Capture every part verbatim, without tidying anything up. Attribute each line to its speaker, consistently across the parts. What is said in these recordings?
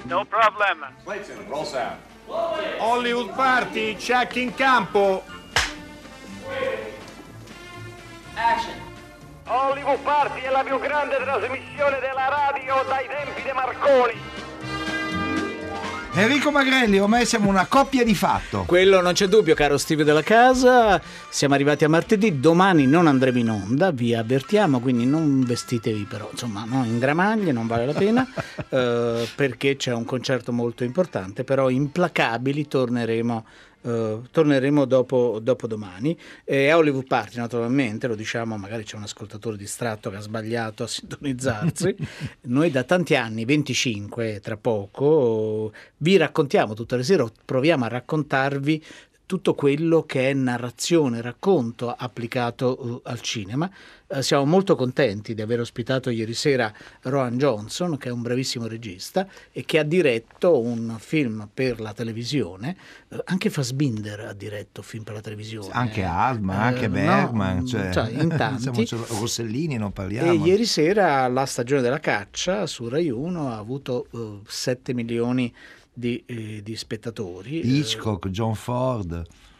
Speaker 1: No problem.
Speaker 2: Clayton, roll sound.
Speaker 3: Hollywood Party, check in campo.
Speaker 1: Action. Hollywood Party è la più grande trasmissione della radio dai tempi di Marconi.
Speaker 4: Enrico Magrelli, ormai siamo una coppia di fatto.
Speaker 5: Quello non c'è dubbio, caro Steve della casa. Siamo arrivati a martedì, domani non andremo in onda, vi avvertiamo, quindi non vestitevi però, insomma, no, in gramaglie, non vale la pena, eh, perché c'è un concerto molto importante, però implacabili torneremo Uh, torneremo dopo, dopo domani. E a Hollywood Party, naturalmente, lo diciamo, magari c'è un ascoltatore distratto che ha sbagliato a sintonizzarsi. Noi da tanti anni, venticinque tra poco, vi raccontiamo tutte le sere, proviamo a raccontarvi tutto quello che è narrazione, racconto applicato uh, al cinema. Uh, siamo molto contenti di aver ospitato ieri sera Rowan Johnson, che è un bravissimo regista e che ha diretto un film per la televisione. Uh, anche Fassbinder ha diretto film per la televisione.
Speaker 4: Anche Altman, uh, anche Bergman, no, cioè,
Speaker 5: cioè in tanti.
Speaker 4: Siamo Rossellini, non parliamo.
Speaker 5: E ieri sera la stagione della caccia su Rai uno ha avuto uh, sette milioni Di, eh, di spettatori.
Speaker 4: Hitchcock, John Ford,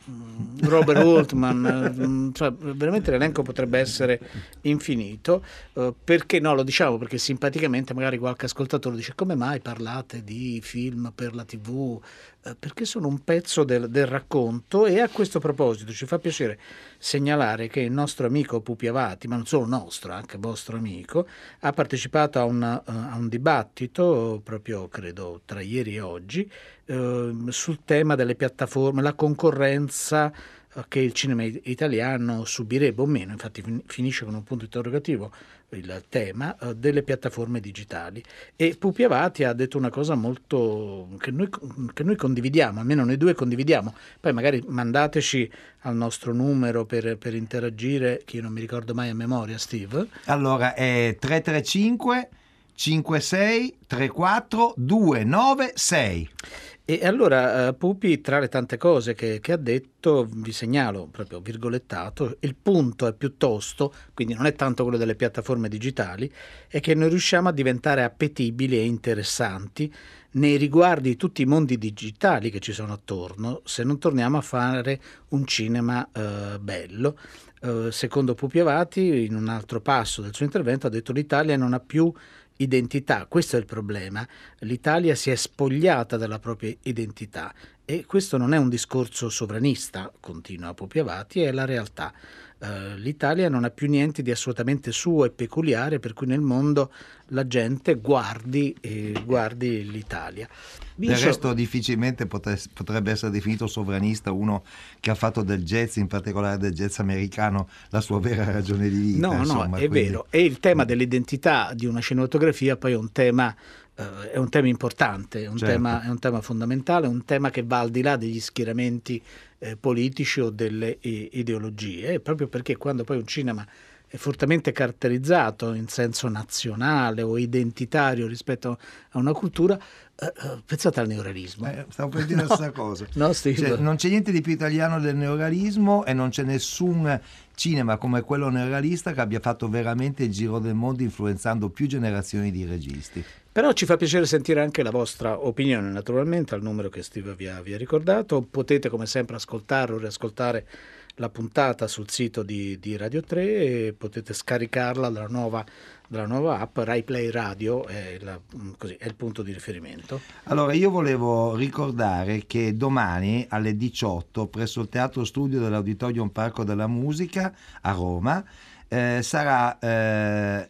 Speaker 5: Robert Altman, cioè, veramente l'elenco potrebbe essere infinito. Uh, perché no? Lo diciamo perché simpaticamente magari qualche ascoltatore dice: come mai parlate di film per la tivù? Uh, perché sono un pezzo del, del racconto. E a questo proposito ci fa piacere segnalare che il nostro amico Pupi Avati, ma non solo nostro, anche vostro amico, ha partecipato a un, uh, a un dibattito proprio credo tra ieri e oggi uh, sul tema delle piattaforme, la concorrenza uh, che il cinema italiano subirebbe o meno. Infatti fin- finisce con un punto interrogativo il tema uh, delle piattaforme digitali. E Pupi Avati ha detto una cosa molto che noi, che noi condividiamo, almeno noi due condividiamo. Poi magari mandateci al nostro numero per, per interagire, che io non mi ricordo mai a memoria, Steve.
Speaker 4: Allora è tre tre cinque cinque sei tre quattro due nove sei.
Speaker 5: E allora uh, Pupi, tra le tante cose che, che ha detto, vi segnalo proprio virgolettato: il punto è piuttosto, quindi non è tanto quello delle piattaforme digitali, è che noi riusciamo a diventare appetibili e interessanti nei riguardi di tutti i mondi digitali che ci sono attorno, se non torniamo a fare un cinema uh, bello. Uh, secondo Pupi Avati, in un altro passo del suo intervento, ha detto: l'Italia non ha più identità. Questo è il problema. L'Italia si è spogliata della propria identità e questo non è un discorso sovranista, continua Pupi Avati, è la realtà. Uh, L'Italia non ha più niente di assolutamente suo e peculiare, per cui nel mondo la gente guardi, eh, guardi l'Italia.
Speaker 4: Del resto difficilmente potre- potrebbe essere definito sovranista uno che ha fatto del jazz, in particolare del jazz americano, la sua vera ragione di vita.
Speaker 5: No,
Speaker 4: insomma,
Speaker 5: no, è
Speaker 4: quindi...
Speaker 5: vero. E il tema dell'identità di una cinematografia poi è un tema, eh, è un tema importante, è un,
Speaker 4: certo.
Speaker 5: tema, è un tema fondamentale, un tema che va al di là degli schieramenti eh, politici o delle eh, ideologie, proprio perché quando poi un cinema è fortemente caratterizzato in senso nazionale o identitario rispetto a una cultura, eh, pensate al neorealismo.
Speaker 4: Eh, stavo per dire
Speaker 5: no,
Speaker 4: la stessa cosa.
Speaker 5: No,
Speaker 4: cioè, non c'è niente di più italiano del neorealismo e non c'è nessun cinema come quello neorealista che abbia fatto veramente il giro del mondo influenzando più generazioni di registi.
Speaker 5: Però ci fa piacere sentire anche la vostra opinione, naturalmente, al numero che Steve vi ha, vi ha ricordato. Potete come sempre ascoltare o riascoltare la puntata sul sito di, di Radio tre e potete scaricarla dalla nuova, dalla nuova app. Rai Play Radio è, la, così, è il punto di riferimento.
Speaker 4: Allora io volevo ricordare che domani alle diciotto presso il Teatro Studio dell'Auditorium Parco della Musica a Roma eh, sarà eh,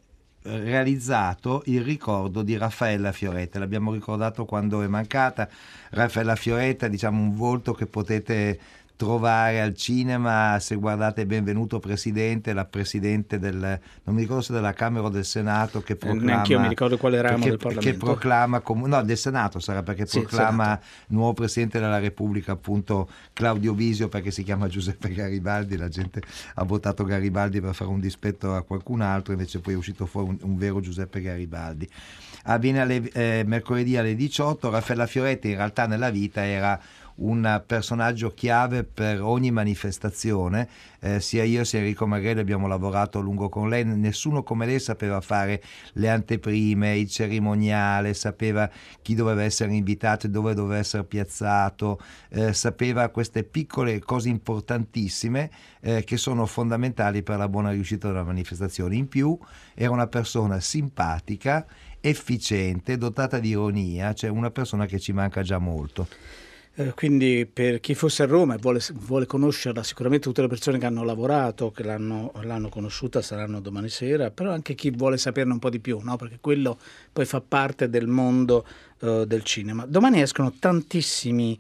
Speaker 4: realizzato il ricordo di Raffaella Fioretta. L'abbiamo ricordato quando è mancata. Raffaella Fioretta, diciamo, un volto che potete trovare al cinema se guardate Benvenuto Presidente, la presidente del, non mi ricordo se della Camera o del Senato, che proclama,
Speaker 5: neanche io mi ricordo quale ramo
Speaker 4: che,
Speaker 5: del Parlamento,
Speaker 4: che proclama com- no del Senato sarà, perché
Speaker 5: sì,
Speaker 4: proclama nuovo Presidente della Repubblica appunto Claudio Visio, perché si chiama Giuseppe Garibaldi. La gente ha votato Garibaldi per fare un dispetto a qualcun altro, invece poi è uscito fuori un, un vero Giuseppe Garibaldi. Avviene alle, eh, mercoledì alle diciotto. Raffaella Fioretta in realtà nella vita era un personaggio chiave per ogni manifestazione. Eh, sia io sia Enrico Magrelli abbiamo lavorato a lungo con lei, nessuno come lei sapeva fare le anteprime, il cerimoniale, sapeva chi doveva essere invitato e dove doveva essere piazzato, eh, sapeva queste piccole cose importantissime eh, che sono fondamentali per la buona riuscita della manifestazione. In più era una persona simpatica, efficiente, dotata di ironia, cioè una persona che ci manca già molto.
Speaker 5: Eh, quindi per chi fosse a Roma e vuole, vuole conoscerla, sicuramente tutte le persone che hanno lavorato, che l'hanno, l'hanno conosciuta saranno domani sera, però anche chi vuole saperne un po' di più, no? Perché quello poi fa parte del mondo eh, del cinema. Domani escono tantissimi,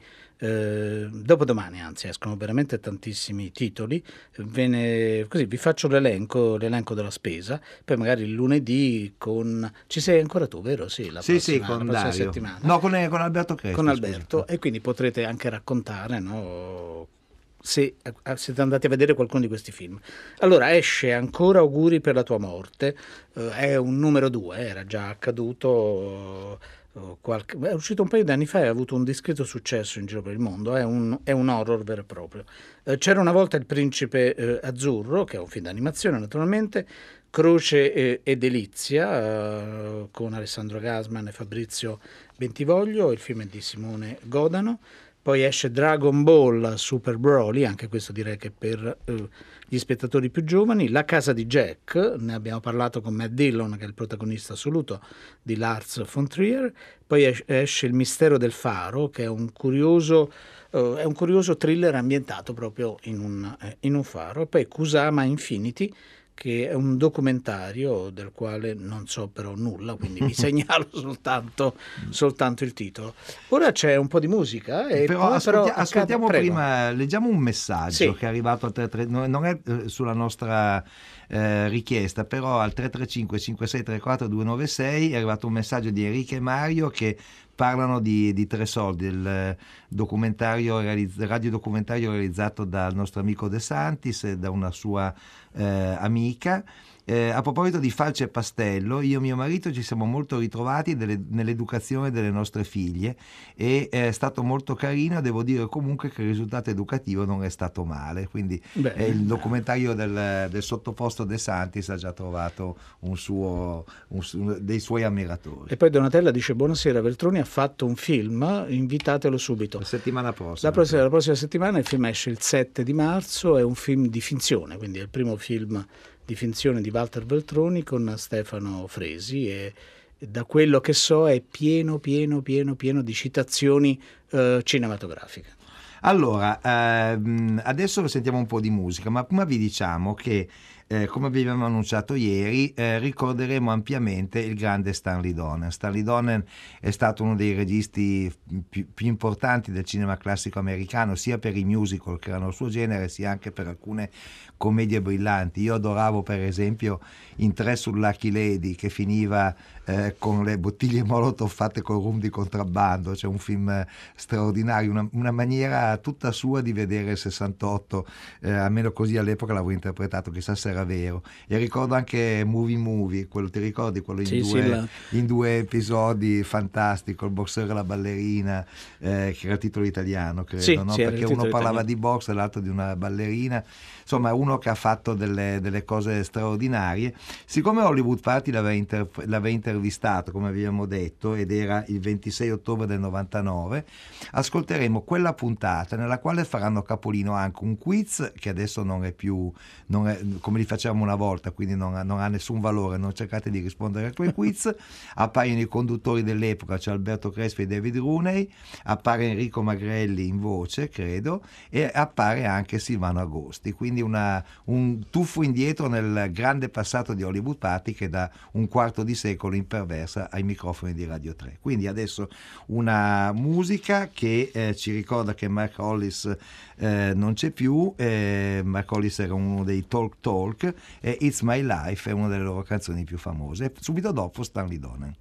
Speaker 5: eh, dopodomani anzi escono veramente tantissimi titoli. Ve ne, così vi faccio l'elenco, l'elenco della spesa, poi magari il lunedì con... Ci sei ancora tu, vero? Sì, la
Speaker 4: sì,
Speaker 5: prossima,
Speaker 4: sì, con
Speaker 5: la prossima
Speaker 4: Dario.
Speaker 5: settimana.
Speaker 4: No, con, con Alberto Crespi.
Speaker 5: Con Alberto,
Speaker 4: scusa.
Speaker 5: E quindi potrete anche raccontare, no, se siete andati a vedere qualcuno di questi film. Allora, esce Ancora auguri per la tua morte, eh, è un numero due, era già accaduto... Qualche, è uscito un paio di anni fa e ha avuto un discreto successo in giro per il mondo, è un, è un horror vero e proprio. Eh, c'era una volta Il principe eh, azzurro, che è un film d'animazione naturalmente, Croce eh, e Delizia eh, con Alessandro Gasman e Fabrizio Bentivoglio, il film è di Simone Godano. Poi esce Dragon Ball Super Broly, anche questo direi che per eh, gli spettatori più giovani. La casa di Jack, ne abbiamo parlato con Matt Dillon, che è il protagonista assoluto di Lars von Trier. Poi es- esce Il mistero del faro, che è un curioso, eh, è un curioso thriller ambientato proprio in un, eh, in un faro. E poi Kusama Infinity, che è un documentario del quale non so però nulla, quindi vi segnalo soltanto, soltanto il titolo. Ora c'è un po' di musica e
Speaker 4: però,
Speaker 5: poi,
Speaker 4: ascolti-
Speaker 5: però
Speaker 4: ascoltiamo
Speaker 5: accade,
Speaker 4: prima, leggiamo un messaggio
Speaker 5: Sì.
Speaker 4: che è arrivato al tre tre, non è eh, sulla nostra eh, richiesta, però al tre tre cinque cinque sei tre quattro due nove sei è arrivato un messaggio di Enrico e Mario che parlano di, di Tre Soldi, il documentario realizz- radiodocumentario realizzato dal nostro amico De Santis e da una sua eh, amica. Eh, a proposito di Falce e Pastello, io e mio marito ci siamo molto ritrovati delle, nell'educazione delle nostre figlie e è stato molto carino. Devo dire comunque che il risultato educativo non è stato male, quindi
Speaker 5: Beh,
Speaker 4: eh, il documentario del, del sottoposto De Santis ha già trovato un suo, un su, dei suoi ammiratori.
Speaker 5: E poi Donatella dice: buonasera, Veltroni ha fatto un film, invitatelo subito.
Speaker 4: La settimana prossima.
Speaker 5: La prossima, la prossima settimana il film esce il sette di marzo, è un film di finzione, quindi è il primo film di finzione di Walter Veltroni con Stefano Fresi e, e da quello che so è pieno, pieno, pieno, pieno di citazioni eh, cinematografiche.
Speaker 4: Allora, ehm, adesso sentiamo un po' di musica, ma prima vi diciamo che Eh, come vi abbiamo annunciato ieri, eh, ricorderemo ampiamente il grande Stanley Donen. Stanley Donen è stato uno dei registi più, più importanti del cinema classico americano, sia per i musical che erano il suo genere, sia anche per alcune commedie brillanti. Io adoravo per esempio In tre sul Lucky Lady, che finiva eh, con le bottiglie Molotov fatte col rum di contrabbando. C'è cioè un film straordinario, una, una maniera tutta sua di vedere il sessantotto, eh, almeno così all'epoca l'avevo interpretato, chissà se era vero. E ricordo anche Movie Movie, quello, ti ricordi quello in,
Speaker 5: Sì,
Speaker 4: due,
Speaker 5: sì, la...
Speaker 4: in due episodi, fantastico, il boxer e la ballerina, eh, che era il titolo italiano credo,
Speaker 5: sì,
Speaker 4: no?
Speaker 5: Sì,
Speaker 4: perché uno parlava
Speaker 5: italiano.
Speaker 4: di box e l'altro di una ballerina, insomma uno che ha fatto delle, delle cose straordinarie. Siccome Hollywood Party l'aveva, inter, l'aveva intervistato, come abbiamo detto, ed era il ventisei ottobre del novantanove, ascolteremo quella puntata nella quale faranno capolino anche un quiz che adesso non è più non è, come li facciamo una volta, quindi non ha, non ha nessun valore, non cercate di rispondere a quei quiz. Appaiono i conduttori dell'epoca, c'è Alberto Crespi e David Rooney, appare Enrico Magrelli in voce credo, e appare anche Silvano Agosti, quindi una, un tuffo indietro nel grande passato di Hollywood Party che da un quarto di secolo imperversa ai microfoni di Radio tre. Quindi adesso una musica che eh, ci ricorda che Mark Hollis eh, non c'è più. eh, Mark Hollis era uno dei Talk Talk e It's My Life è una delle loro canzoni più famose. Subito dopo Stanley Donen.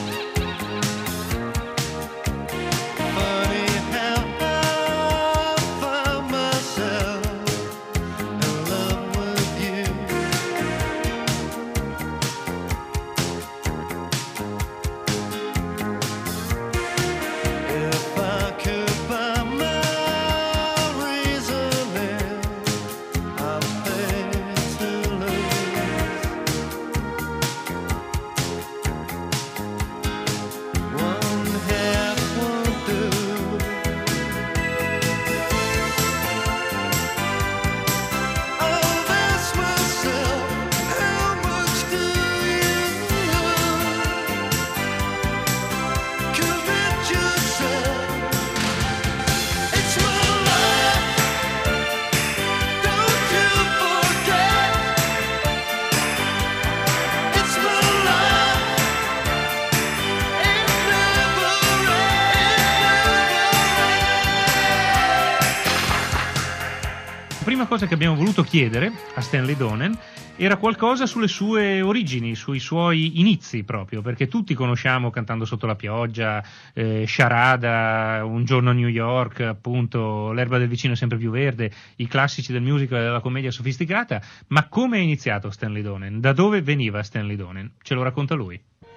Speaker 2: Funny how prima cosa che abbiamo voluto chiedere a Stanley Donen era qualcosa sulle sue origini, sui suoi inizi proprio, perché tutti conosciamo Cantando sotto la pioggia, eh, Sciarada, Un giorno a New York, appunto L'erba del vicino è sempre più verde, i classici del musical e della commedia sofisticata, ma come è iniziato Stanley Donen? Da dove veniva Stanley Donen? Ce lo racconta lui.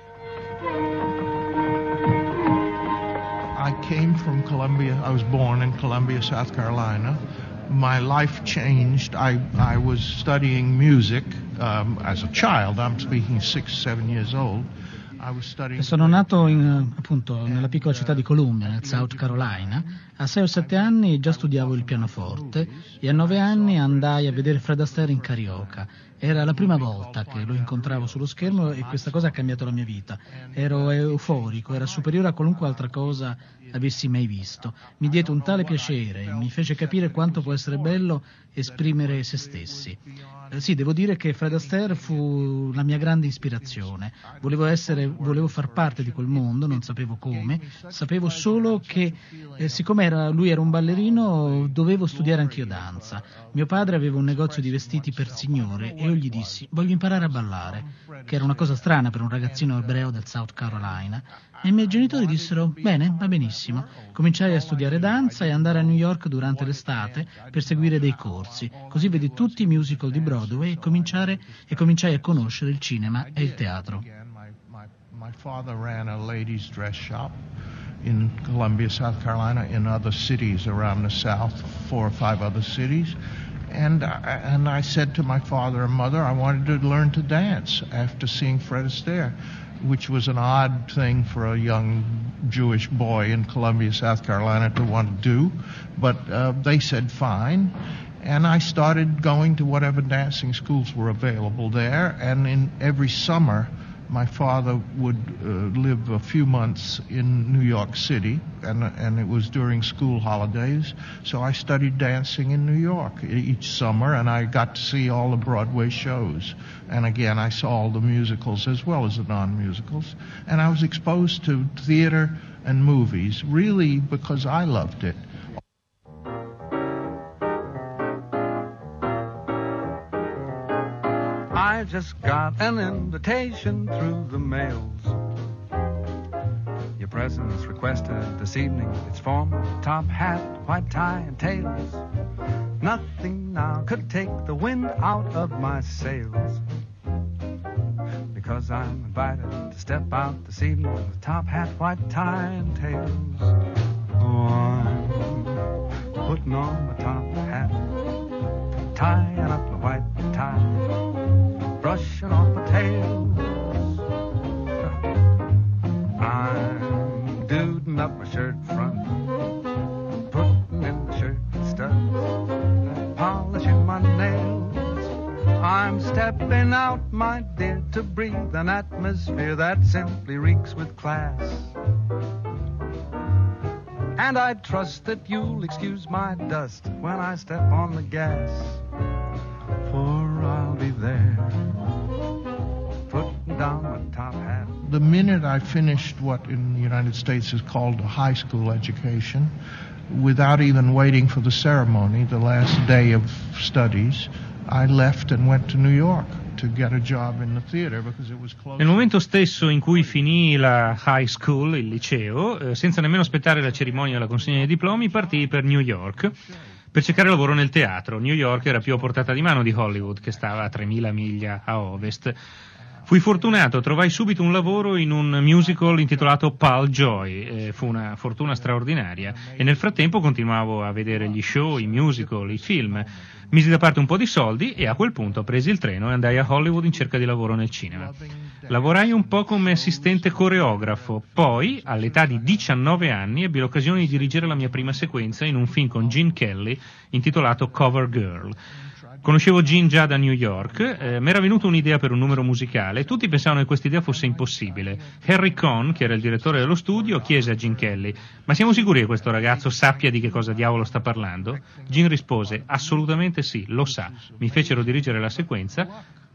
Speaker 6: I came from Columbia. I was born in Columbia, South Carolina. My life changed. I, I was studying music um, as a child. I'm speaking six, seven years old. I was studying...
Speaker 7: Sono nato in, appunto nella piccola città di Columbia, nel South Carolina. A sei o sette anni già studiavo il pianoforte e a nove anni andai a vedere Fred Astaire in Carioca. Era la prima volta che lo incontravo sullo schermo e questa cosa ha cambiato la mia vita. Ero euforico, era superiore a qualunque altra cosa avessi mai visto. Mi diede un tale piacere, mi fece capire quanto può essere bello esprimere se stessi. Eh, sì, devo dire che Fred Astaire fu la mia grande ispirazione. Volevo essere, volevo far parte di quel mondo, non sapevo come, sapevo solo che eh, siccome era, lui era un ballerino, dovevo studiare anch'io danza. Mio padre aveva un negozio di vestiti per signore e io gli dissi: voglio imparare a ballare, che era una cosa strana per un ragazzino ebreo del South Carolina. E i miei genitori dissero: bene, va benissimo. Cominciai a studiare danza e andare a New York durante l'estate per seguire dei corsi. Così vedi tutti i musical di Broadway e, cominciare, e cominciai a conoscere il cinema e il teatro.
Speaker 6: My father ran a ladies' dress shop in Columbia, South Carolina, in other cities around the South, four or five other cities. And I, and I said to my father and mother, I wanted to learn to dance after seeing Fred Astaire, which was an odd thing for a young Jewish boy in Columbia, South Carolina to want to do. But uh, they said fine. And I started going to whatever dancing schools were available there. And in every summer, my father would uh, live a few months in New York City, and and it was during school holidays. So I studied dancing in New York each summer, and I got to see all the Broadway shows. And again, I saw all the musicals as well as the non-musicals. And I was exposed to theater and movies, really because I loved it.
Speaker 8: I just got an invitation through the mails. Your presence requested this evening. It's formal, top hat, white tie and tails. Nothing now could take the wind out of my sails. Because I'm invited to step out this evening with top hat, white tie and tails. Oh, I'm putting on my top hat, tying up my white tie, brushing off my tails. I'm duding up my shirt front, putting in the shirt studs, polishing my nails. I'm stepping out, my dear, to breathe an atmosphere that simply reeks with class. And I trust that you'll excuse my dust when I step on the gas, for I'll be there, putting down my top hat.
Speaker 6: The minute I finished what in the United States is called a high school education, without even waiting for the ceremony, the last day of studies, I left and went to New York to get a job in the theater because it was close.
Speaker 2: Nel momento stesso in cui finì la high school, il liceo, eh, senza nemmeno aspettare la cerimonia della consegna dei diplomi, partii per New York per cercare lavoro nel teatro. New York era più a portata di mano di Hollywood, che stava a tremila miglia a ovest. Fui fortunato, trovai subito un lavoro in un musical intitolato Pal Joy, eh, fu una fortuna straordinaria e nel frattempo continuavo a vedere gli show, i musical, i film. Misi da parte un po' di soldi e a quel punto presi il treno e andai a Hollywood in cerca di lavoro nel cinema. Lavorai un po' come assistente coreografo, poi all'età di diciannove anni ebbi l'occasione di dirigere la mia prima sequenza in un film con Gene Kelly intitolato Cover Girl. Conoscevo Gene già da New York, eh, mi era venuta un'idea per un numero musicale, tutti pensavano che questa idea fosse impossibile. Harry Cohn, che era il direttore dello studio, chiese a Gene Kelly: ma siamo sicuri che questo ragazzo sappia di che cosa diavolo sta parlando? Gene rispose: assolutamente sì, lo sa. Mi fecero dirigere la sequenza,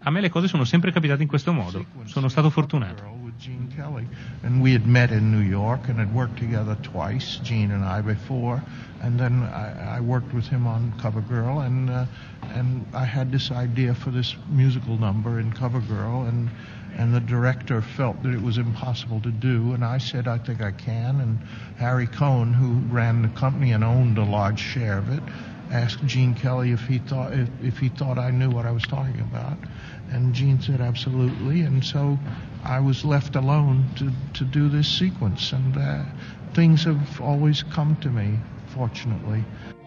Speaker 2: A me le cose sono sempre capitate in questo modo, sono stato fortunato.
Speaker 6: Gene Kelly, and we had met in New York and had worked together twice, Gene and I, before, and then I, I worked with him on CoverGirl, and uh, and I had this idea for this musical number in CoverGirl, and and the director felt that it was impossible to do, and I said I think I can, and Harry Cohn, who ran the company and owned a large share of it, asked Gene Kelly if he thought if, if he thought I knew what I was talking about, and Gene said absolutely, and so I was left alone to, to do this sequence, and uh, things have always come to me, fortunately.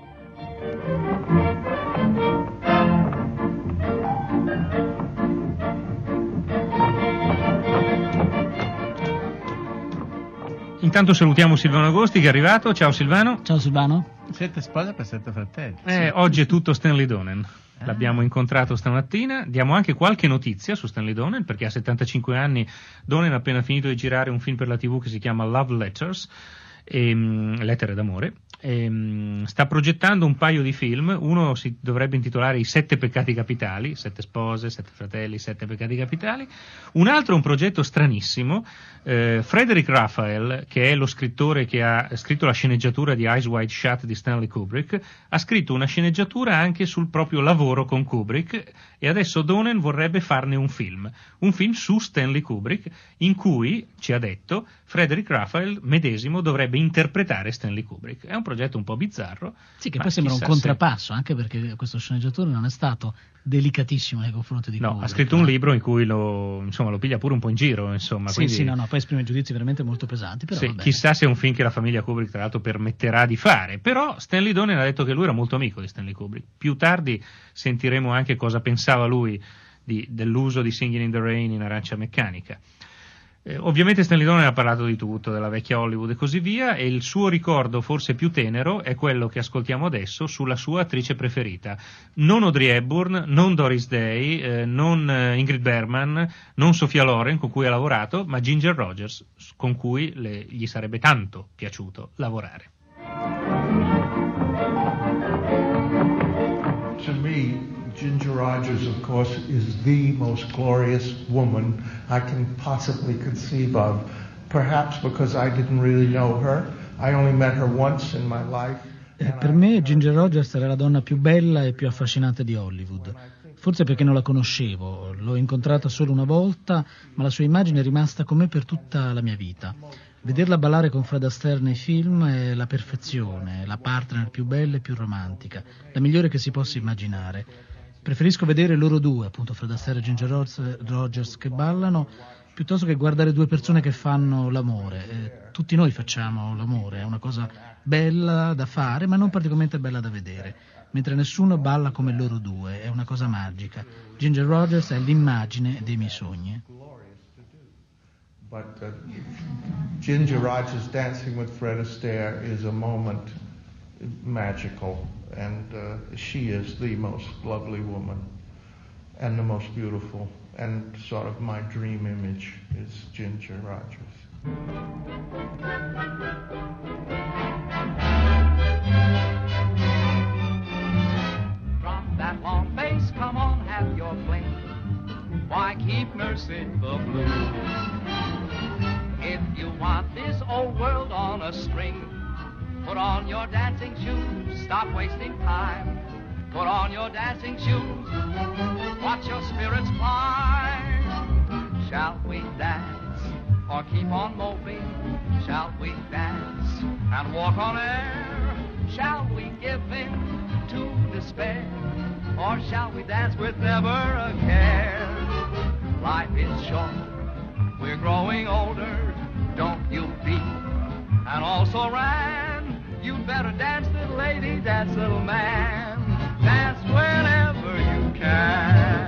Speaker 2: Intanto salutiamo Silvano Agosti che è arrivato. Ciao Silvano.
Speaker 7: Ciao Silvano.
Speaker 9: Sette spose per sette fratelli.
Speaker 2: Eh,
Speaker 9: sì.
Speaker 2: Oggi è tutto Stanley Donen. L'abbiamo incontrato stamattina, diamo anche qualche notizia su Stanley Donen perché a settantacinque anni Donen ha appena finito di girare un film per la tivù che si chiama Love Letters, ehm, lettere d'amore. Ehm, sta progettando un paio di film, uno si dovrebbe intitolare I sette peccati capitali, sette spose, sette fratelli, sette peccati capitali, un altro è un progetto stranissimo. eh, Frederick Raphael, che è lo scrittore che ha scritto la sceneggiatura di Eyes Wide Shut di Stanley Kubrick, ha scritto una sceneggiatura anche sul proprio lavoro con Kubrick e adesso Donen vorrebbe farne un film, un film su Stanley Kubrick in cui, ci ha detto, Frederick Raphael medesimo dovrebbe interpretare Stanley Kubrick. È un progetto un po' bizzarro.
Speaker 7: Sì, che poi sembra un contrappasso, se... anche perché questo sceneggiatore non è stato delicatissimo nei confronti di
Speaker 2: no,
Speaker 7: Kubrick.
Speaker 2: Ha scritto un libro in cui lo, insomma, lo piglia pure un po' in giro, insomma.
Speaker 7: Sì,
Speaker 2: quindi...
Speaker 7: sì, no, no, poi esprime giudizi veramente molto pesanti, però
Speaker 2: sì, chissà se è un film che la famiglia Kubrick tra l'altro permetterà di fare, però Stanley Donen ha detto che lui era molto amico di Stanley Kubrick. Più tardi sentiremo anche cosa pensava lui di, dell'uso di Singing in the Rain in Arancia Meccanica. Eh, ovviamente Stanley Donen ha parlato di tutto, della vecchia Hollywood e così via, e il suo ricordo forse più tenero è quello che ascoltiamo adesso sulla sua attrice preferita. Non Audrey Hepburn, non Doris Day, eh, non eh, Ingrid Bergman, non Sophia Loren con cui ha lavorato, ma Ginger Rogers con cui le, gli sarebbe tanto piaciuto lavorare.
Speaker 6: To me, Ginger Rogers, of course, is the most glorious woman I can possibly conceive of. Perhaps because I didn't really know her. I only met her once in my life.
Speaker 7: Eh, per me Ginger Rogers era la donna più bella e più affascinante di Hollywood. Forse perché non la conoscevo, l'ho incontrata solo una volta, ma la sua immagine è rimasta con me per tutta la mia vita. Vederla ballare con Fred Astaire nei film è la perfezione, la partner più bella e più romantica, la migliore che si possa immaginare. Preferisco vedere loro due, appunto Fred Astaire e Ginger Rogers, che ballano, piuttosto che guardare due persone che fanno l'amore. Eh, tutti noi facciamo l'amore, è una cosa bella da fare, ma non particolarmente bella da vedere, mentre nessuno balla come loro due, è una cosa magica. Ginger Rogers è l'immagine dei miei sogni.
Speaker 6: But uh, Ginger Rogers dancing with Fred Astaire is a moment magical. And uh, she is the most lovely woman and the most beautiful, and sort of my dream image is Ginger Rogers.
Speaker 10: From that long face, come on, have your fling. Why keep nursing the blues? If you want this old world on a string, put on your dancing shoes, stop wasting time. Put on your dancing shoes, watch your spirits climb. Shall we dance or keep on moping? Shall we dance and walk on air? Shall we give in to despair? Or shall we dance with never a care? Life is short, we're growing older, don't you be? And also ran. You'd better dance, little lady, dance, little man. Dance whenever you can.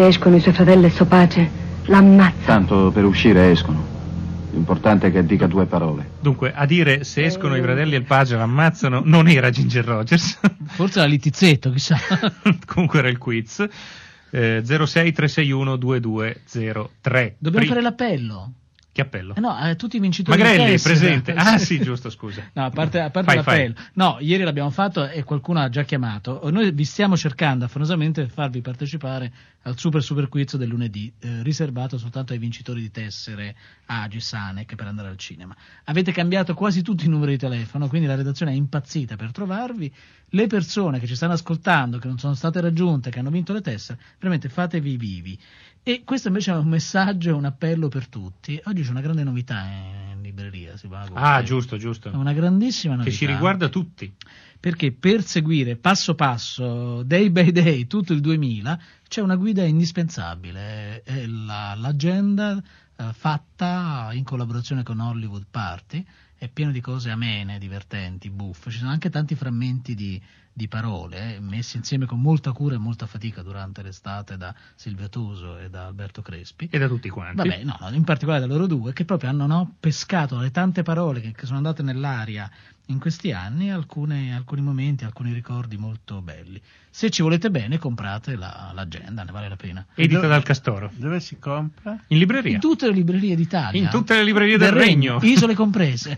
Speaker 11: se escono i suoi fratelli e suo pace, l'ammazza.
Speaker 12: Tanto per uscire escono. L'importante è che dica due parole.
Speaker 2: Dunque, a dire se escono i fratelli e il page l'ammazzano non era Ginger Rogers.
Speaker 7: Forse era Littizzetto, chissà.
Speaker 2: Comunque era il quiz. Eh, zero sei tre sei uno due due zero tre.
Speaker 7: Dobbiamo
Speaker 2: Pri-
Speaker 7: fare l'appello.
Speaker 2: Che appello?
Speaker 7: Eh no, eh, tutti i vincitori.
Speaker 2: Magrelli,
Speaker 7: di tessera.
Speaker 2: presente. Ah sì, giusto, scusa.
Speaker 7: No, a parte, a parte
Speaker 2: Fai,
Speaker 7: l'appello. Fai. No, ieri l'abbiamo fatto e qualcuno ha già chiamato. Noi vi stiamo cercando affannosamente per farvi partecipare al super super quiz del lunedì, eh, riservato soltanto ai vincitori di tessere Agi, Sanec per andare al cinema. Avete cambiato quasi tutti i numeri di telefono, quindi la redazione è impazzita per trovarvi. Le persone che ci stanno ascoltando, che non sono state raggiunte, che hanno vinto le tessere, veramente fatevi vivi. E questo invece è un messaggio e un appello per tutti. Oggi c'è una grande novità in libreria. Si va
Speaker 2: ah, giusto, giusto.
Speaker 7: È una grandissima novità.
Speaker 2: Che ci riguarda tutti.
Speaker 7: Perché per seguire passo passo, day by day, tutto il duemila, c'è una guida indispensabile. È la, l'agenda eh, fatta in collaborazione con Hollywood Party. È pieno di cose amene, divertenti, buffe. Ci sono anche tanti frammenti di, di parole eh, messi insieme con molta cura e molta fatica durante l'estate da Silvia Toso e da Alberto Crespi.
Speaker 2: E da tutti quanti.
Speaker 7: Vabbè, no, in particolare da loro due, che proprio hanno no, pescato le tante parole che, che sono andate nell'aria in questi anni, alcune, alcuni momenti, alcuni ricordi molto belli. Se ci volete bene, comprate la, l'agenda, ne vale la pena.
Speaker 2: Edita dove, dal Castoro.
Speaker 9: Dove si compra?
Speaker 2: In libreria.
Speaker 7: In tutte le librerie d'Italia.
Speaker 2: In tutte le librerie del, del Regno.
Speaker 7: Regno. Isole comprese.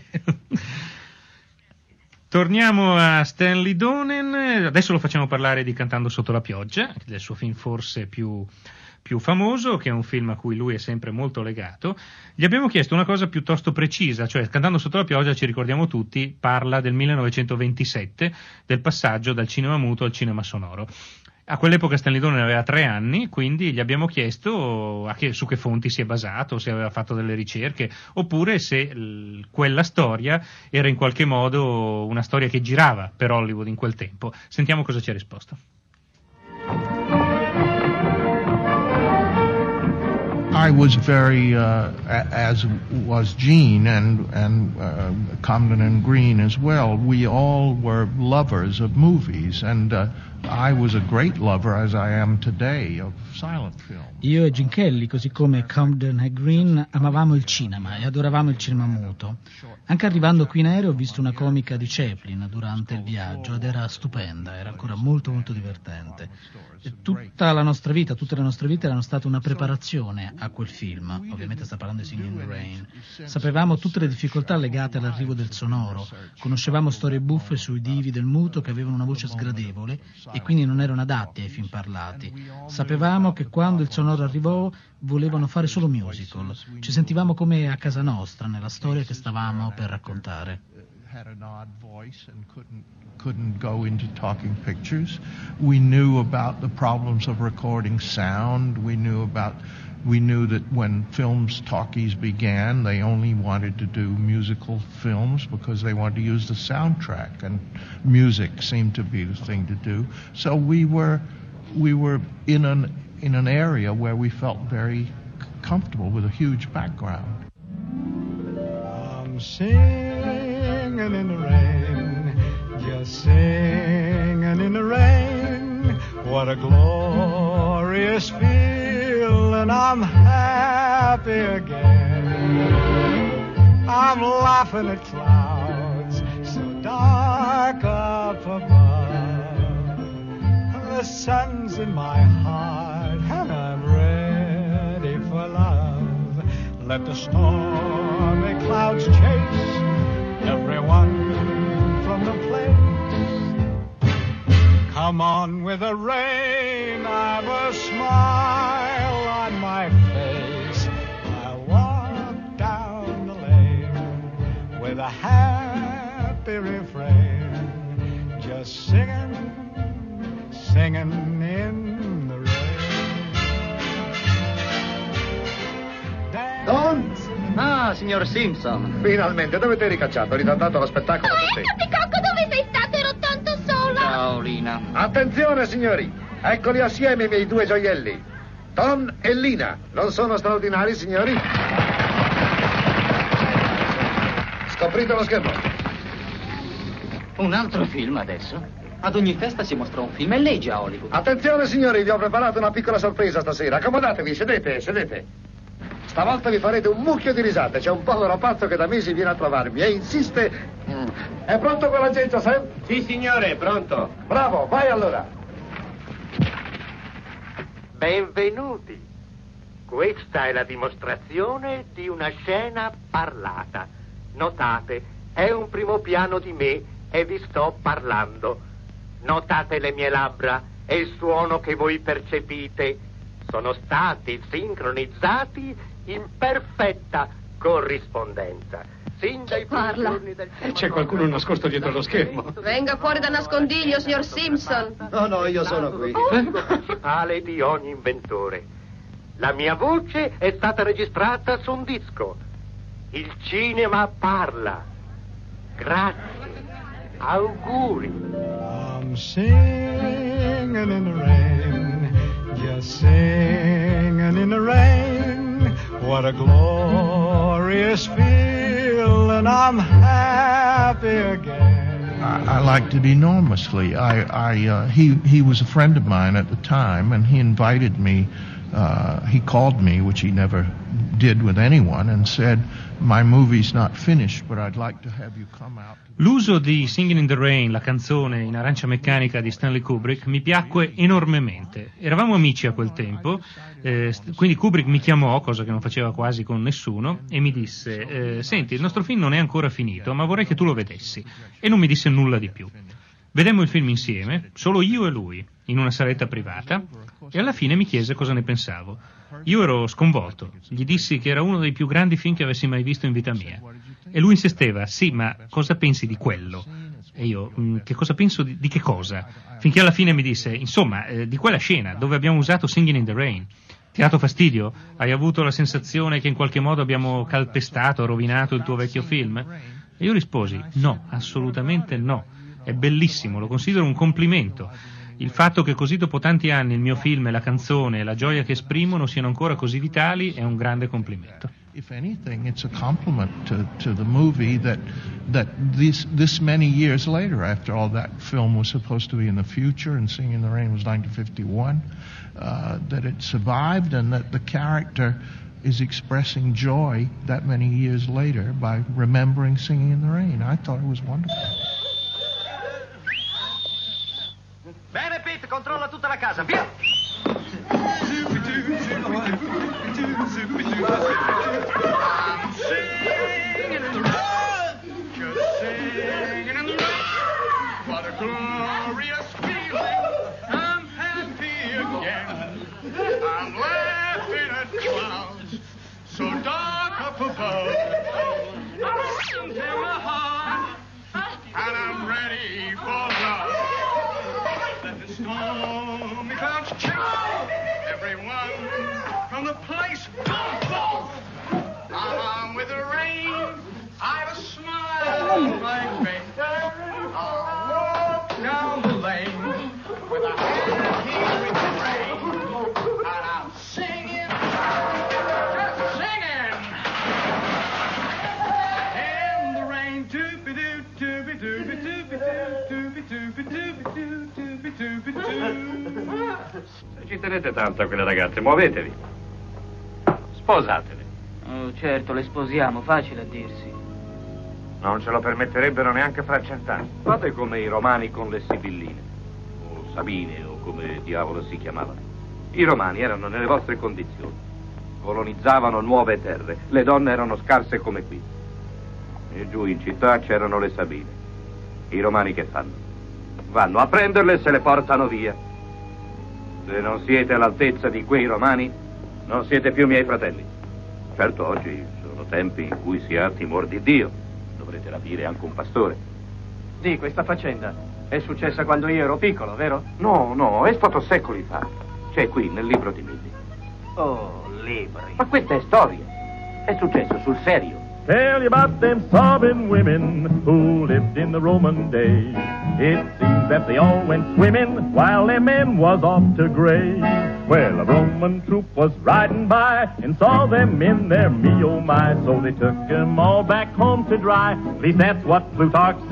Speaker 2: Torniamo a Stanley Donen, adesso lo facciamo parlare di Cantando sotto la pioggia, del suo film forse più, più famoso, che è un film a cui lui è sempre molto legato. Gli abbiamo chiesto una cosa piuttosto precisa, cioè Cantando sotto la pioggia, ci ricordiamo tutti, parla del millenovecentoventisette, del passaggio dal cinema muto al cinema sonoro. A quell'epoca Stanley Donen aveva tre anni, quindi gli abbiamo chiesto a che, su che fonti si è basato, se aveva fatto delle ricerche, oppure se l, quella storia era in qualche modo una storia che girava per Hollywood in quel tempo. Sentiamo cosa ci ha risposto.
Speaker 6: I was very, uh, as was Gene and, and uh, Comden and Green as well, we all were lovers of movies, and uh, I was a great lover, as I am today, of silent film.
Speaker 7: Io e Gene Kelly, così come Comden e Green, amavamo il cinema e adoravamo il cinema muto. Anche arrivando qui in aereo ho visto una comica di Chaplin durante il viaggio ed era stupenda, era ancora molto molto divertente. E tutta la nostra vita, tutte le nostre vite erano state una preparazione a quel film, ovviamente sta parlando di Singing in the Rain. Sapevamo tutte le difficoltà legate all'arrivo del sonoro, conoscevamo storie buffe sui divi del muto che avevano una voce sgradevole e quindi non erano adatti ai film parlati. Sapevamo che quando il sonoro arrivò volevano fare solo musical, ci sentivamo come a casa nostra nella storia che stavamo per raccontare.
Speaker 6: Had an odd voice and couldn't couldn't go into talking pictures. We knew about the problems of recording sound. We knew about we knew that when films talkies began, they only wanted to do musical films because they wanted to use the soundtrack, and music seemed to be the thing to do. So we were we were in an in an area where we felt very comfortable with a huge background.
Speaker 13: I'm singing in the rain, just singing in the rain. What a glorious feeling, I'm happy again. I'm laughing at clouds so dark up above. The sun's in my heart and I'm ready for love. Let the stormy clouds chase everyone from the place. Come on with the rain, I've a smile on my face. I'll walk down the lane with a happy refrain, just singing, singing in the rain.
Speaker 14: Don? Ah, signor Simpson.
Speaker 15: Finalmente, dove ti eri cacciato? Hai ritardato lo spettacolo
Speaker 16: Oh,
Speaker 15: così.
Speaker 16: ecco, Picocco, dove sei stato? Ero tanto sola.
Speaker 14: Ciao, Lina.
Speaker 15: Attenzione, signori. Eccoli assieme i miei due gioielli. Tom e Lina. Non sono straordinari, signori? Scoprite lo schermo.
Speaker 14: Un altro film adesso? Ad ogni festa si mostra un film e lei già a Hollywood.
Speaker 15: Attenzione signori, vi ho preparato una piccola sorpresa stasera. Accomodatevi, sedete, sedete. Stavolta vi farete un mucchio di risate. C'è un povero pazzo che da mesi viene a trovarmi e insiste. È pronto con l'agenzia, Sam?
Speaker 3: Sì, signore, è pronto.
Speaker 15: Bravo, vai allora.
Speaker 1: Benvenuti. Questa è la dimostrazione di una scena parlata. Notate, è un primo piano di me e vi sto parlando. Notate le mie labbra e il suono che voi percepite. Sono stati sincronizzati in perfetta corrispondenza. Sin dai primi
Speaker 16: Parla.
Speaker 1: giorni del
Speaker 3: C'è qualcuno nascosto dietro lo schermo.
Speaker 16: Venga fuori da nascondiglio, signor Simpson.
Speaker 15: No, no, io sono qui.
Speaker 1: principale di ogni inventore. La mia voce è stata registrata su un disco. Il cinema parla. Grazie. Auguri.
Speaker 13: I'm singing in the rain, just singing in the rain. What a glorious feeling, I'm happy again.
Speaker 6: I, I liked it enormously. I, I, uh, he, he was a friend of mine at the time, and he invited me. Uh, he called me, which he never did with anyone, and said, "My movie's not finished, but I'd like to have you come out."
Speaker 2: L'uso di Singing in the Rain, la canzone in arancia meccanica di Stanley Kubrick, mi piacque enormemente. Eravamo amici a quel tempo, eh, quindi Kubrick mi chiamò, cosa che non faceva quasi con nessuno, e mi disse, eh, senti, il nostro film non è ancora finito, ma vorrei che tu lo vedessi. E non mi disse nulla di più. Vedemmo il film insieme, solo io e lui, in una saletta privata, e alla fine mi chiese cosa ne pensavo. Io ero sconvolto, gli dissi che era uno dei più grandi film che avessi mai visto in vita mia. E lui insisteva, sì, ma cosa pensi di quello? E io, che cosa penso di, di che cosa? Finché alla fine mi disse, insomma, eh, di quella scena dove abbiamo usato Singing in the Rain. Ti ha dato fastidio? Hai avuto la sensazione che in qualche modo abbiamo calpestato, rovinato il tuo vecchio film? E io risposi, no, assolutamente no. È bellissimo, lo considero un complimento. Il fatto che così dopo tanti anni il mio film e la canzone e la gioia che esprimono siano ancora così vitali è un grande complimento.
Speaker 6: If anything, it's a compliment to, to the movie that that this this many years later, after all that film was supposed to be in the future and Singing in the Rain was nineteen fifty-one, uh, that it survived and that the character is expressing joy that many years later by remembering Singing in the Rain. I thought it was wonderful.
Speaker 14: Bene, Pete, controlla tutta la casa, via!
Speaker 13: I'm singing in the rain, just singing in the rain. What a glorious feeling, I'm happy again. I'm laughing at clouds so dark up above. I'm in my heart, and I'm ready for love. Let the stormy clouds chase everyone from the place. Boom, boom. I'm with the rain. I've a smile on my face. I'll walk down the lane with a hand here in the rain, and I'm singing, just singing in the rain. Doobie doo, doobie doobie doobie doo, doobie doobie doobie doo, doobie doobie doo.
Speaker 1: Se ci tenete tanto a quelle ragazze, muovetevi. Sposatevi.
Speaker 14: Oh, certo, le sposiamo, facile a dirsi.
Speaker 1: Non ce lo permetterebbero neanche fra cent'anni.
Speaker 17: Fate come i romani con le sibilline, o sabine, o come diavolo si chiamavano. I romani erano nelle vostre condizioni. Colonizzavano nuove terre. Le donne erano scarse come qui. E giù in città c'erano le sabine. I romani che fanno? Vanno a prenderle e se le portano via. Se non siete all'altezza di quei romani, non siete più miei fratelli. Certo, oggi sono tempi in cui si ha timor di Dio. Dovrete rapire anche un pastore.
Speaker 18: Di questa faccenda è successa quando io ero piccolo, vero?
Speaker 17: No, no, è stato secoli fa. C'è qui nel libro di Milly.
Speaker 18: Oh, libri.
Speaker 17: Ma questa è storia. È successo sul serio.
Speaker 19: Tell you about them sobbing women who lived in the Roman days. It seems that they all went swimming while their men was off to graze. Well, a Roman troop was riding by and saw them in their me oh my. So they took them all back home to dry. At least that's what Plutarch says.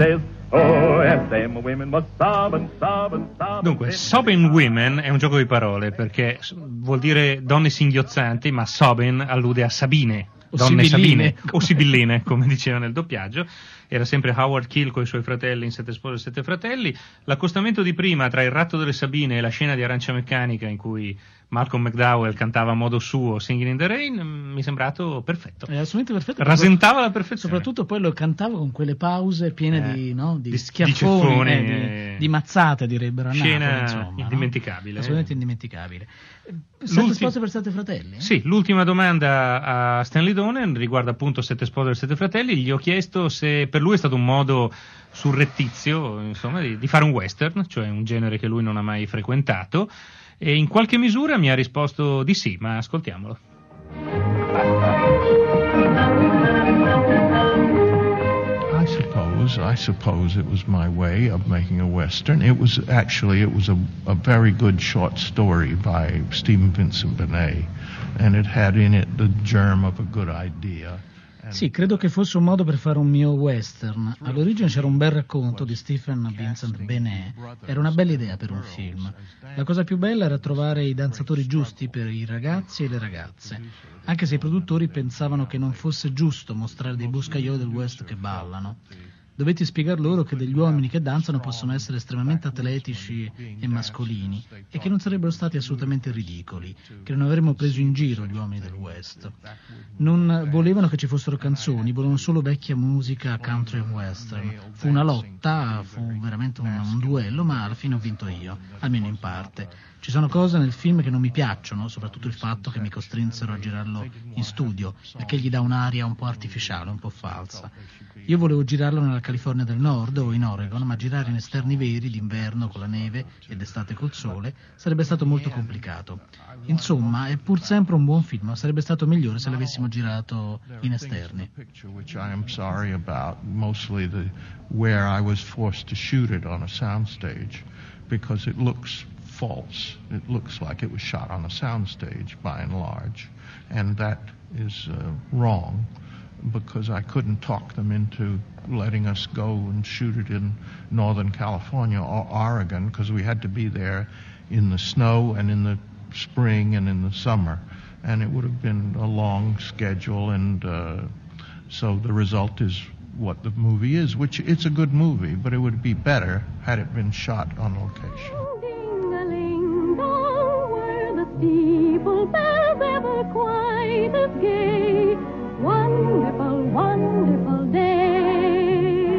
Speaker 19: Oh, yes, them women was sobbing, sobbing, sobbing.
Speaker 2: Dunque, sobbing women è un gioco di parole perché vuol dire donne singhiozzanti, ma sobbing allude a Sabine.
Speaker 7: O
Speaker 2: Donne
Speaker 7: sibilline.
Speaker 2: Sabine o sibilline, come diceva nel doppiaggio. Era sempre Howard Keel con i suoi fratelli in Sette spose e sette fratelli. L'accostamento di prima tra Il ratto delle Sabine e la scena di Arancia Meccanica in cui Malcolm McDowell cantava a modo suo Singing in the Rain mi è sembrato perfetto.
Speaker 7: È assolutamente perfetto.
Speaker 2: Rasentava la perfezione.
Speaker 7: Soprattutto poi lo cantava con quelle pause piene
Speaker 2: Eh,
Speaker 7: di, no, di
Speaker 2: di-
Speaker 7: schiaffoni,
Speaker 2: di ceffoni,
Speaker 7: eh,
Speaker 2: eh.
Speaker 7: di, di mazzate direbbero a
Speaker 2: Scena
Speaker 7: Napoli, insomma, no?
Speaker 2: indimenticabile.
Speaker 7: Assolutamente indimenticabile. Sette
Speaker 2: L'ulti-
Speaker 7: spose per sette fratelli?
Speaker 2: Sì, l'ultima domanda a Stanley Donen riguarda appunto Sette spose e sette fratelli. Gli ho chiesto se per lui è stato un modo surrettizio, insomma, di, di fare un western, cioè un genere che lui non ha mai frequentato, e in qualche misura mi ha risposto di sì, ma ascoltiamolo.
Speaker 6: I suppose, I suppose it was my way of making a Western. It was actually, it was a, a very good short story by Stephen Vincent Benet, and it had in it the germ of a good idea.
Speaker 7: Sì, credo che fosse un modo per fare un mio western. All'origine c'era un bel racconto di Stephen Vincent Benet, era una bella idea per un film. La cosa più bella era trovare i danzatori giusti per i ragazzi e le ragazze, anche se i produttori pensavano che non fosse giusto mostrare dei boscaioli del West che ballano. Dovetti spiegar loro che degli uomini che danzano possono essere estremamente atletici e mascolini e che non sarebbero stati assolutamente ridicoli, che non avremmo preso in giro gli uomini del West. Non volevano che ci fossero canzoni, volevano solo vecchia musica country e western. Fu una lotta, fu veramente un, un duello, ma alla fine ho vinto io, almeno in parte. Ci sono cose nel film che non mi piacciono, soprattutto il fatto che mi costrinsero a girarlo in studio, perché gli dà un'aria un po' artificiale, un po' falsa. Io volevo girarlo nella California del Nord o in Oregon, ma girare in esterni veri d'inverno con la neve e d'estate col sole sarebbe stato molto complicato. Insomma, è pur sempre un buon film, ma sarebbe stato migliore se l'avessimo girato in esterni.
Speaker 6: Which I am sorry about, mostly the where I was forced to shoot it on a soundstage, because it looks false. It looks like it was shot on a soundstage by and large, and that is uh, wrong, because I couldn't talk them into letting us go and shoot it in Northern California or Oregon, because we had to be there in the snow and in the spring and in the summer, and it would have been a long schedule, and uh, so the result is what the movie is, which it's a good movie, but it would be better had it been shot on location.
Speaker 13: People bells ever quite as gay. Wonderful, wonderful day.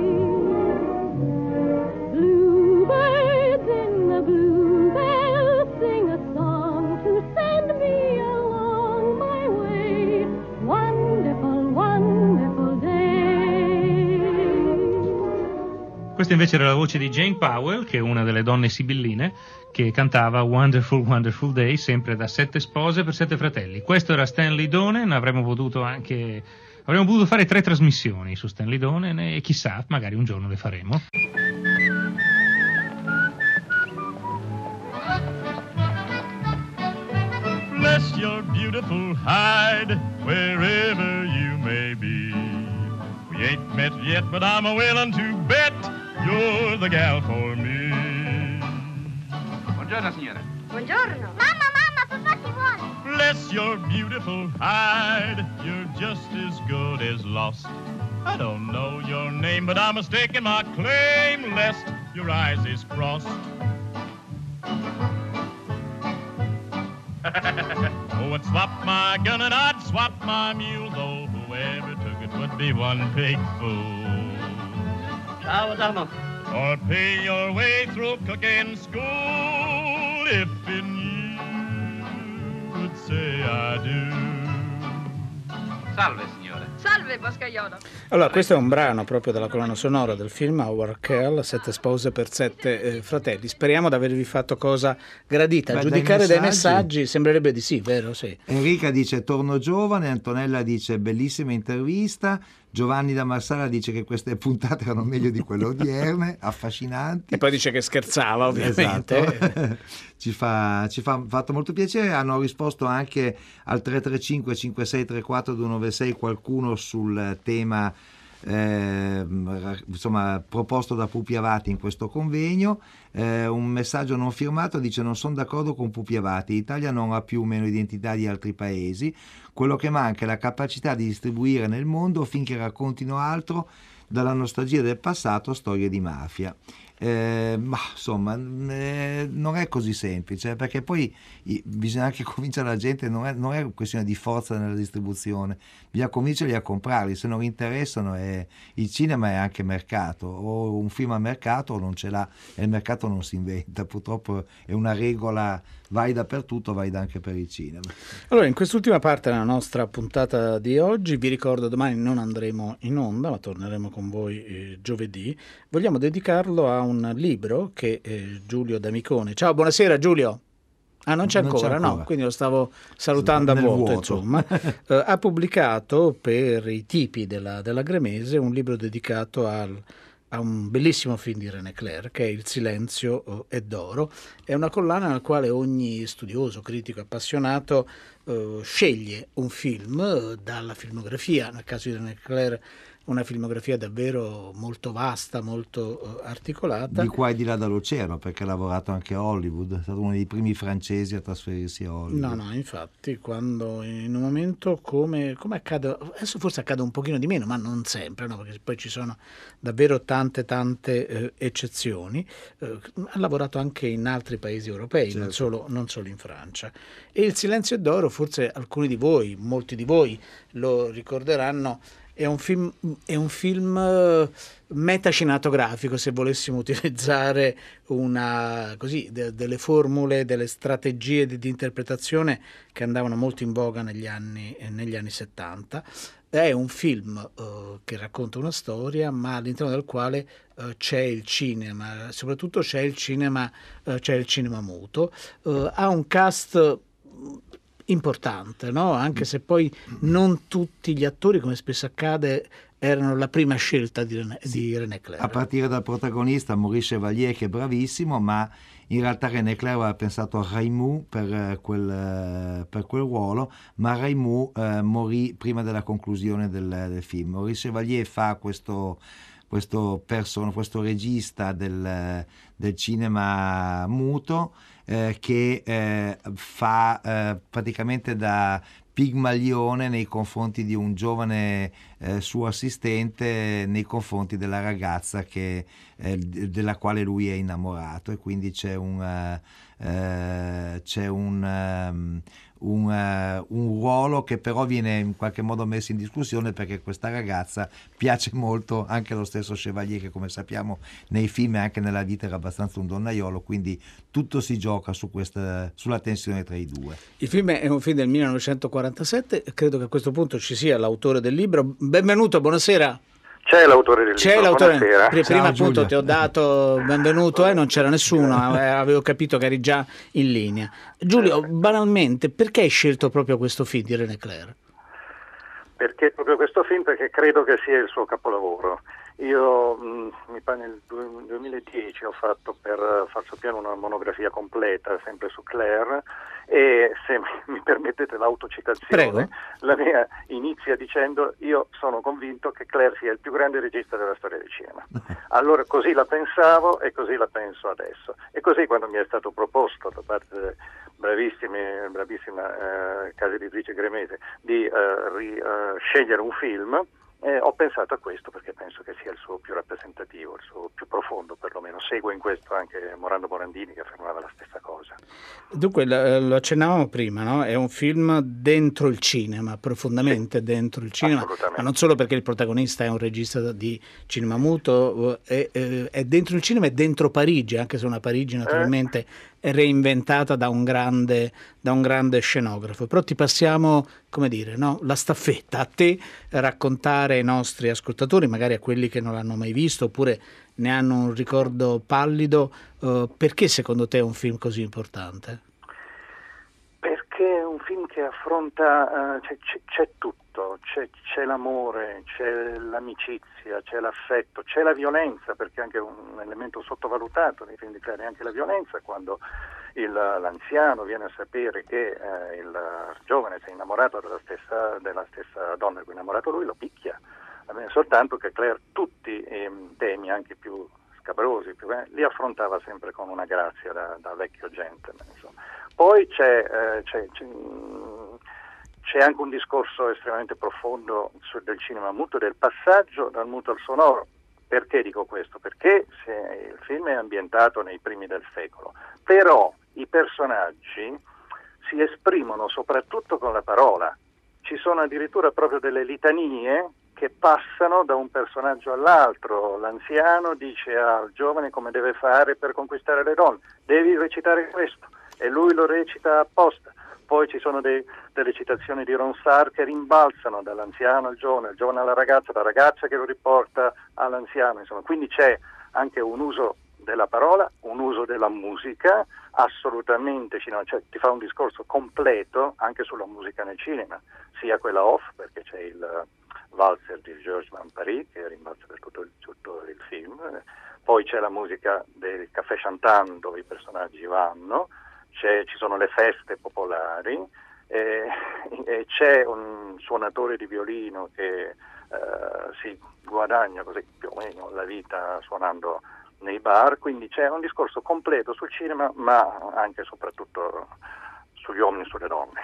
Speaker 13: Bluebirds in the bluebells sing a song to send me along my way. Wonderful, wonderful day.
Speaker 2: Questa invece era la voce di Jane Powell, che è una delle donne sibilline, che cantava Wonderful Wonderful Day, sempre da Sette spose per sette fratelli. Questo era Stanley Donen, avremmo potuto anche avremmo potuto fare tre trasmissioni su Stanley Donen e chissà, magari un giorno le faremo.
Speaker 19: Bless your beautiful hide wherever you may be. We ain't met yet, but I'm a willing to bet you're the gal for me.
Speaker 14: Buongiorno signora.
Speaker 13: Buongiorno. Mamma, mamma, papà ti vuole.
Speaker 19: Bless your beautiful hide, you're just as good as lost. I don't know your name, but I'm mistaken my claim, lest your eyes is crossed. Oh, I'd swap my gun and I'd swap my mule, though whoever took it would be one big fool.
Speaker 14: Ciao Adamo.
Speaker 19: Or pay your way through cooking school if in you would say I do.
Speaker 14: Salve signore.
Speaker 16: Salve, boscaiolo.
Speaker 5: Allora, questo è un brano proprio della colonna sonora del film Howard Keel, Sette spose per sette eh, fratelli. Speriamo di avervi fatto cosa gradita. A
Speaker 4: Beh,
Speaker 5: giudicare
Speaker 4: dai
Speaker 5: dai
Speaker 4: messaggi-
Speaker 5: messaggi sembrerebbe di sì, vero? Sì.
Speaker 4: Enrica dice torno giovane, Antonella dice bellissima intervista, Giovanni da Marsala dice che queste puntate erano meglio di quelle odierne, affascinanti.
Speaker 5: E poi dice che scherzava, ovviamente.
Speaker 4: Esatto. ci fa ci fa fatto molto piacere. Hanno risposto anche al tre tre cinque cinque sei tre quattro due nove sei qualcuno sul tema eh, insomma, proposto da Pupi Avati in questo convegno. Eh, un messaggio non firmato dice: non sono d'accordo con Pupi Avati, l'Italia non ha più meno identità di altri paesi, quello che manca è la capacità di distribuire nel mondo finché raccontino altro dalla nostalgia del passato, storie di mafia. Eh, ma insomma eh, non è così semplice, perché poi i, bisogna anche convincere la gente, non è, non è questione di forza nella distribuzione, bisogna convincerli a comprarli, se non interessano. È, il cinema è anche mercato, o un film a mercato o non ce l'ha, e il mercato non si inventa, purtroppo è una regola valida per tutto, valida anche per il cinema.
Speaker 5: Allora, in quest'ultima parte della nostra puntata di oggi, vi ricordo, domani non andremo in onda, ma torneremo con voi eh, giovedì. Vogliamo dedicarlo a un libro che eh, Giulio D'Amicone. Ciao, buonasera Giulio. Ah, non c'è
Speaker 4: Non
Speaker 5: ancora,
Speaker 4: c'è ancora.
Speaker 5: no, quindi lo stavo salutando a
Speaker 4: Nel
Speaker 5: vuoto,
Speaker 4: vuoto.
Speaker 5: insomma. Eh, ha pubblicato per i tipi della, della Gremese un libro dedicato al a un bellissimo film di René Clair, che è Il silenzio è d'oro. È una collana nella quale ogni studioso, critico, appassionato eh, sceglie un film eh, dalla filmografia. Nel caso di René Clair una filmografia davvero molto vasta, molto eh, articolata.
Speaker 4: Di qua e di là dall'oceano, perché ha lavorato anche a Hollywood, è stato uno dei primi francesi a trasferirsi a Hollywood.
Speaker 5: No, no, infatti, quando in un momento come, come accade, adesso forse accade un pochino di meno, ma non sempre, no? Perché poi ci sono davvero tante, tante eh, eccezioni. Eh, ha lavorato anche in altri paesi europei,
Speaker 4: Certo.
Speaker 5: non solo, non solo in Francia. E Il silenzio è d'oro, forse alcuni di voi, molti di voi lo ricorderanno, è un film, è un film eh, metacinematografico, se volessimo utilizzare una, così, de, delle formule, delle strategie di, di interpretazione che andavano molto in voga negli anni, eh, negli anni settanta. È un film eh, che racconta una storia, ma all'interno del quale eh, c'è il cinema, soprattutto c'è il cinema, eh, c'è il cinema muto. Eh, ha un cast importante, no? Anche se poi non tutti gli attori, come spesso accade, erano la prima scelta di René, di René Clair.
Speaker 4: A partire dal protagonista Maurice Chevalier, che è bravissimo, ma in realtà René Clair aveva pensato a Raimou per, eh, quel, eh, per quel ruolo, ma Raimou eh, morì prima della conclusione del, del film. Maurice Chevalier fa questo questo, person- questo regista del, del cinema muto eh, che eh, fa eh, praticamente da Pigmalione nei confronti di un giovane eh, suo assistente, nei confronti della ragazza che, eh, della quale lui è innamorato, e quindi c'è un, uh, uh, c'è un, um, un, uh, un ruolo che però viene in qualche modo messo in discussione, perché questa ragazza piace molto anche allo stesso Chevalier, che come sappiamo nei film e anche nella vita era abbastanza un donnaiolo, quindi tutto si gioca su questa, sulla tensione tra i due.
Speaker 5: Il film è un film del millenovecentoquarantasette, credo che a questo punto ci sia l'autore del libro. Benvenuto, buonasera.
Speaker 20: C'è l'autore del
Speaker 5: C'è
Speaker 20: libro,
Speaker 5: l'autore.
Speaker 20: buonasera.
Speaker 5: Prima
Speaker 20: Ciao,
Speaker 5: appunto
Speaker 20: Giulio.
Speaker 5: ti ho dato benvenuto e eh, non c'era nessuno, eh, avevo capito che eri già in linea. Giulio, banalmente, perché hai scelto proprio questo film di René Clair?
Speaker 20: Perché proprio questo film? Perché credo che sia il suo capolavoro. Io mh, mi pare nel duemiladieci ho fatto per Falso Piano una monografia completa sempre su Clair, e se mi permettete l'autocitazione,
Speaker 5: Prego.
Speaker 20: la mia inizia dicendo: io sono convinto che Clair sia il più grande regista della storia del cinema. Allora così la pensavo e così la penso adesso, e così quando mi è stato proposto da parte delle bravissime, bravissima eh, casa editrice gremese di eh, ri, eh, scegliere un film, Eh, ho pensato a questo perché penso che sia il suo più rappresentativo, il suo più profondo perlomeno. Seguo in questo anche Morando Morandini, che affermava la stessa cosa.
Speaker 5: Dunque, lo accennavamo prima, no? È un film dentro il cinema, profondamente sì, dentro il cinema, ma non solo perché il protagonista è un regista di cinema muto, è, è dentro il cinema e dentro Parigi, anche se una Parigi naturalmente eh. è reinventata da un grande, da un grande scenografo. Però ti passiamo, come dire, no? la staffetta a te, raccontare ai nostri ascoltatori, magari a quelli che non l'hanno mai visto oppure ne hanno un ricordo pallido, uh, perché secondo te è un film così importante?
Speaker 20: Perché è un film che affronta, uh, c'è, c'è, c'è tutto, c'è, c'è l'amore, c'è l'amicizia, c'è l'affetto, c'è la violenza, perché anche un elemento sottovalutato nei film di Clair è anche la violenza, quando il, l'anziano viene a sapere che eh, il giovane si è innamorato della stessa, della stessa donna di cui è innamorato lui, lo picchia. soltanto che Claire tutti i temi, anche più scabrosi, più, eh, li affrontava sempre con una grazia da, da vecchio gentleman, insomma. Poi c'è, eh, c'è, c'è, c'è anche un discorso estremamente profondo sul, del cinema muto, del passaggio dal muto al sonoro. Perché dico questo? Perché se il film è ambientato nei primi del secolo, però i personaggi si esprimono soprattutto con la parola. Ci sono addirittura proprio delle litanie che passano da un personaggio all'altro. L'anziano dice al giovane come deve fare per conquistare le donne, devi recitare questo, e lui lo recita apposta. Poi ci sono dei, delle citazioni di Ronsard che rimbalzano dall'anziano al giovane, il giovane alla ragazza, la ragazza che lo riporta all'anziano, insomma. Quindi c'è anche un uso della parola, un uso della musica, assolutamente, cioè, ti fa un discorso completo anche sulla musica nel cinema, sia quella off, perché c'è il valzer di Georges Van Paris che rimbalza per tutto il, tutto il film, poi c'è la musica del Café Chantant dove i personaggi vanno, C'è, ci sono le feste popolari, eh, e c'è un suonatore di violino che eh, si guadagna così più o meno la vita suonando nei bar, quindi c'è un discorso completo sul cinema, ma anche e soprattutto sugli uomini e sulle donne.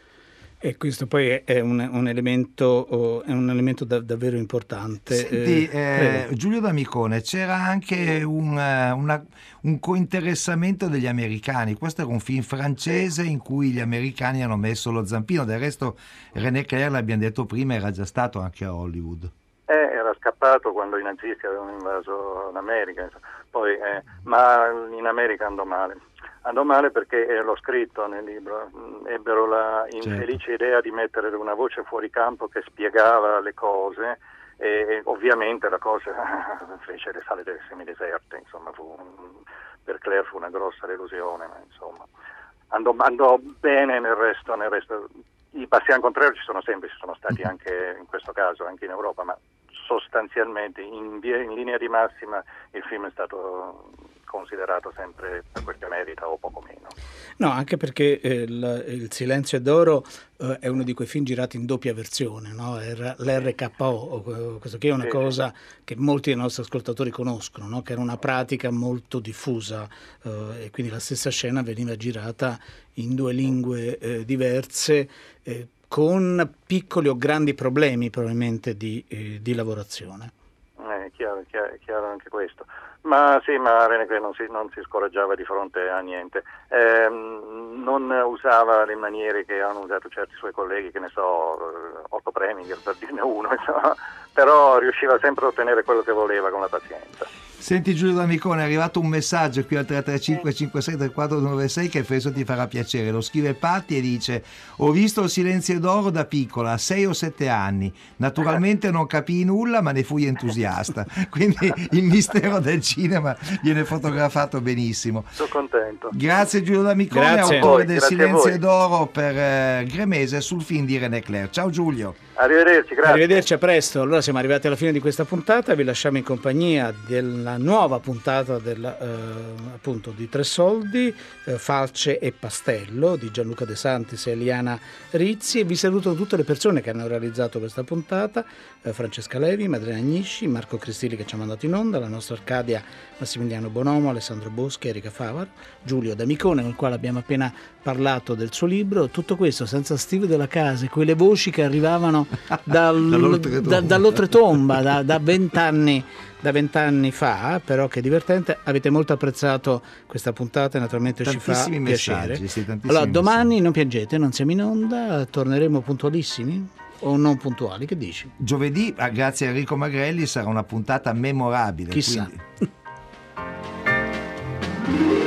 Speaker 5: E questo poi è un, un elemento, oh, è un elemento da, davvero importante.
Speaker 4: Senti, eh, Giulio D'Amicone, c'era anche un, una, un cointeressamento degli americani. Questo era un film francese in cui gli americani hanno messo lo zampino. Del resto René Clair, l'abbiamo detto prima, era già stato anche a Hollywood.
Speaker 20: Eh, era scappato quando i nazisti avevano invaso l'America, poi, eh, ma in America andò male. Andò male perché, eh, l'ho scritto nel libro, mh, ebbero la infelice certo. idea di mettere una voce fuori campo che spiegava le cose, e, e ovviamente la cosa fece le sale delle semideserte, insomma, fu, per Clair fu una grossa delusione, ma insomma andò, andò bene nel resto, nel resto. I passi al contrario ci sono sempre, ci sono stati anche in questo caso, anche in Europa, ma sostanzialmente in, in linea di massima il film è stato considerato sempre per quel che merita o poco meno.
Speaker 5: No, anche perché eh, il, il Silenzio d'Oro eh, è uno di quei film girati in doppia versione, no? Era l'R K O, questo che è una sì, cosa sì. che molti dei nostri ascoltatori conoscono, no? Che era una pratica molto diffusa, eh, e quindi la stessa scena veniva girata in due lingue eh, diverse, eh, con piccoli o grandi problemi probabilmente di, eh, di lavorazione.
Speaker 20: È chiaro, chiaro, chiaro anche questo. Ma sì, ma René Clair non si, non si scoraggiava di fronte a niente, eh, non usava le maniere che hanno usato certi suoi colleghi, che ne so, Otto Preminger per dirne uno, insomma, però riusciva sempre a ottenere quello che voleva con la pazienza.
Speaker 4: Senti Giulio D'Amicone, è arrivato un messaggio qui al tre tre cinque cinque sei tre quattro nove sei che penso ti farà piacere. Lo scrive Patti e dice: ho visto Il Silenzio d'Oro da piccola, a sei o sette anni, naturalmente non capii nulla ma ne fui entusiasta, quindi il mistero del cinema viene fotografato benissimo.
Speaker 20: Sono contento.
Speaker 4: Grazie Giulio D'Amicone,
Speaker 5: Grazie.
Speaker 4: autore
Speaker 20: Voi,
Speaker 4: del
Speaker 20: grazie
Speaker 4: Silenzio d'Oro per eh, Gremese sul film di René Clair. Ciao Giulio.
Speaker 20: Arrivederci, grazie.
Speaker 5: Arrivederci, a presto. Allora siamo arrivati alla fine di questa puntata, vi lasciamo in compagnia della nuova puntata del, eh, appunto di Tre Soldi, eh, Falce e Pastello di Gianluca De Santis e Eliana Rizzi, e vi saluto tutte le persone che hanno realizzato questa puntata, eh, Francesca Levi, Madrena Agnisci, Marco Cristilli che ci ha mandato in onda, la nostra Arcadia, Massimiliano Bonomo, Alessandro Boschi, Erika Favaro, Giulio D'Amicone con il quale abbiamo appena parlato del suo libro. Tutto questo senza Steve Della Casa, quelle voci che arrivavano dal,
Speaker 4: dall'oltretomba,
Speaker 5: da, dall'oltretomba da, da vent'anni da vent'anni fa, però che divertente. Avete molto apprezzato questa puntata e naturalmente
Speaker 4: tantissimi
Speaker 5: ci fa
Speaker 4: messaggi,
Speaker 5: piacere.
Speaker 4: sì, tantissimi
Speaker 5: allora domani
Speaker 4: messaggi.
Speaker 5: Non piangete, non siamo in onda, torneremo puntualissimi o non puntuali, che dici?
Speaker 4: Giovedì, grazie a Enrico Magrelli, sarà una puntata memorabile.
Speaker 5: Chissà.
Speaker 4: Quindi...